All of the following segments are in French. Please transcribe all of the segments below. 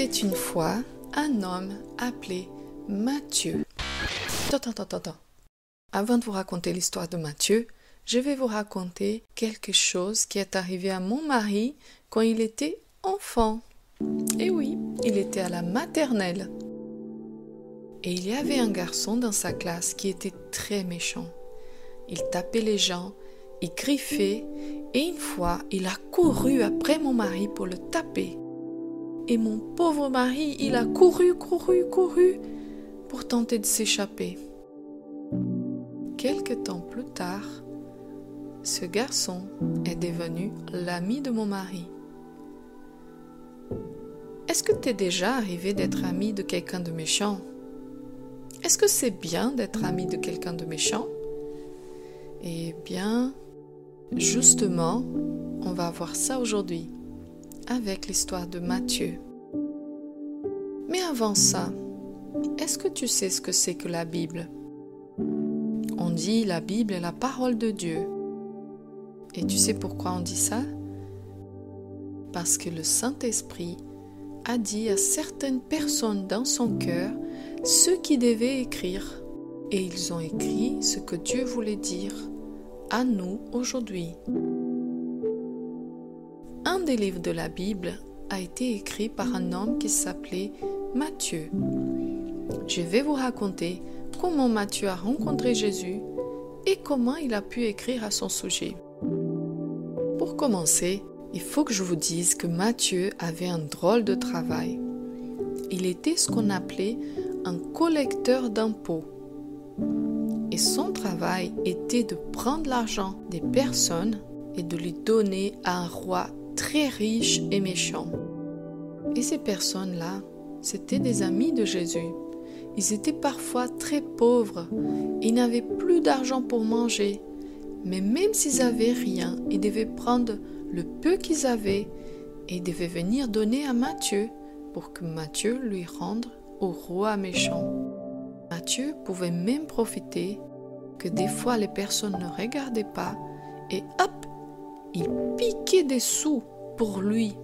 était une fois un homme appelé Matthieu. Attends. Avant de vous raconter l'histoire de Matthieu, je vais vous raconter quelque chose qui est arrivé à mon mari quand il était enfant. Et oui, il était à la maternelle. Et il y avait un garçon dans sa classe qui était très méchant. Il tapait les gens, il griffait, et une fois, il a couru après mon mari pour le taper. Et mon pauvre mari, il a couru pour tenter de s'échapper. Quelque temps plus tard, ce garçon est devenu l'ami de mon mari. Est-ce que t'es déjà arrivé d'être ami de quelqu'un de méchant? Est-ce que c'est bien d'être ami de quelqu'un de méchant? Eh bien, justement, on va voir ça aujourd'hui, avec l'histoire de Matthieu. Mais avant ça, est-ce que tu sais ce que c'est que la Bible? On dit la Bible est la parole de Dieu. Et tu sais pourquoi on dit ça? Parce que le Saint-Esprit a dit à certaines personnes dans son cœur ce qu'ils devaient écrire. Et ils ont écrit ce que Dieu voulait dire à nous aujourd'hui. Un des livres de la Bible a été écrit par un homme qui s'appelait Matthieu. Je vais vous raconter comment Matthieu a rencontré Jésus et comment il a pu écrire à son sujet. Pour commencer, il faut que je vous dise que Matthieu avait un drôle de travail. Il était ce qu'on appelait un collecteur d'impôts. Et son travail était de prendre l'argent des personnes et de lui donner à un roi très riche et méchant. Et ces personnes-là, c'étaient des amis de Jésus. Ils étaient parfois très pauvres. Ils n'avaient plus d'argent pour manger. Mais même s'ils n'avaient rien, ils devaient prendre le peu qu'ils avaient et devaient venir donner à Matthieu pour que Matthieu lui rende au roi méchant. Matthieu pouvait même profiter que des fois les personnes ne regardaient pas et hop, il piquait des sous pour lui.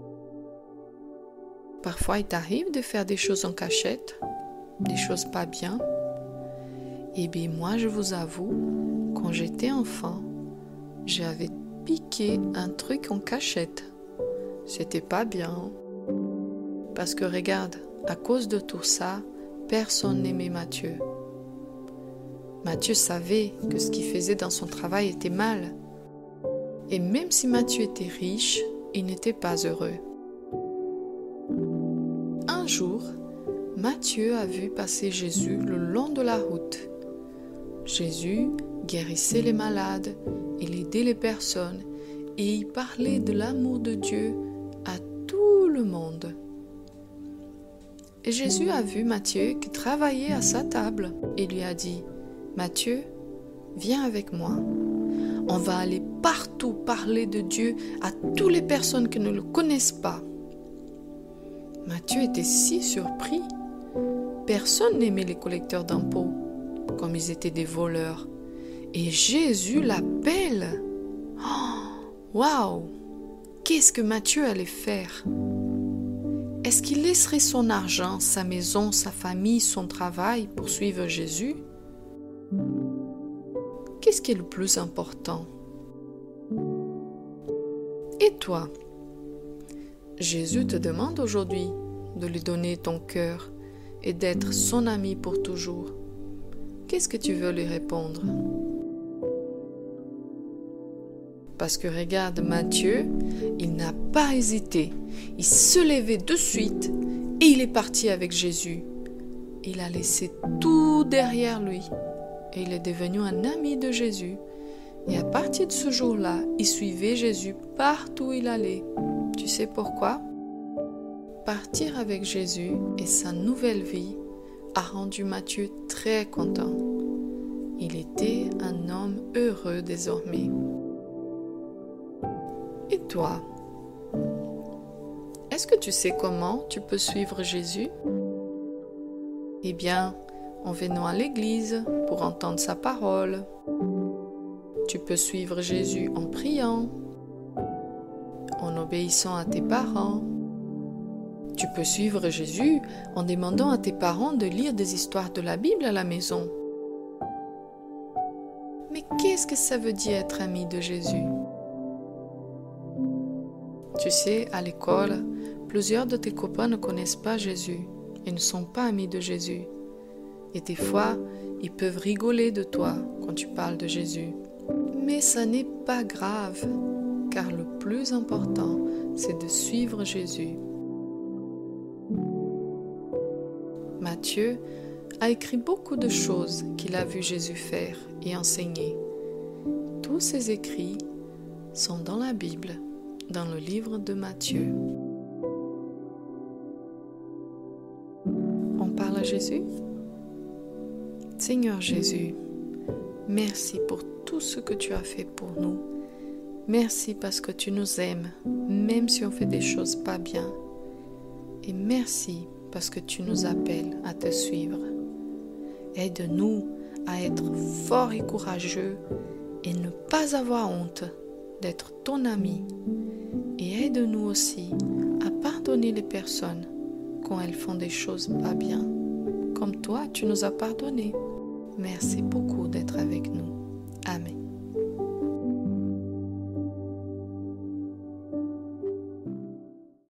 Parfois, il t'arrive de faire des choses en cachette, des choses pas bien. Eh bien, moi, je vous avoue, quand j'étais enfant, j'avais piqué un truc en cachette. C'était pas bien. Parce que regarde, à cause de tout ça, personne n'aimait Matthieu. Matthieu savait que ce qu'il faisait dans son travail était mal. Et même si Matthieu était riche, il n'était pas heureux. Un jour, Matthieu a vu passer Jésus le long de la route. Jésus guérissait les malades, il aidait les personnes et il parlait de l'amour de Dieu à tout le monde. Et Jésus a vu Matthieu qui travaillait à sa table et lui a dit « Matthieu, viens avec moi. On va aller partout parler de Dieu à toutes les personnes qui ne le connaissent pas. » Matthieu était si surpris. Personne n'aimait les collecteurs d'impôts, comme ils étaient des voleurs. Et Jésus l'appelle. Oh, waouh! Qu'est-ce que Matthieu allait faire? Est-ce qu'il laisserait son argent, sa maison, sa famille, son travail pour suivre Jésus? Qu'est-ce qui est le plus important? Et toi? Jésus te demande aujourd'hui de lui donner ton cœur et d'être son ami pour toujours. Qu'est-ce que tu veux lui répondre? Parce que regarde, Matthieu, il n'a pas hésité. Il se levait de suite et il est parti avec Jésus. Il a laissé tout derrière lui et il est devenu un ami de Jésus. Et à partir de ce jour-là, il suivait Jésus partout où il allait. Tu sais pourquoi? Partir avec Jésus et sa nouvelle vie a rendu Matthieu très content. Il était un homme heureux désormais. Et toi? Est-ce que tu sais comment tu peux suivre Jésus? Eh bien, en venant à l'église pour entendre sa parole. Tu peux suivre Jésus en priant, en obéissant à tes parents, Tu peux suivre Jésus en demandant à tes parents de lire des histoires de la Bible à la maison. Mais qu'est-ce que ça veut dire être ami de Jésus? Tu sais, à l'école, plusieurs de tes copains ne connaissent pas Jésus et ne sont pas amis de Jésus. Et des fois, ils peuvent rigoler de toi quand tu parles de Jésus. Mais ça n'est pas grave, car le plus important, c'est de suivre Jésus. Matthieu a écrit beaucoup de choses qu'il a vu Jésus faire et enseigner. Tous ces écrits sont dans la Bible, dans le livre de Matthieu. On parle à Jésus? Seigneur Jésus, merci pour tout ce que tu as fait pour nous. Merci parce que tu nous aimes, même si on fait des choses pas bien. Et merci parce que tu nous appelles à te suivre. Aide-nous à être forts et courageux et ne pas avoir honte d'être ton ami. Et aide-nous aussi à pardonner les personnes quand elles font des choses pas bien, comme toi tu nous as pardonné. Merci beaucoup d'être avec nous. Amen.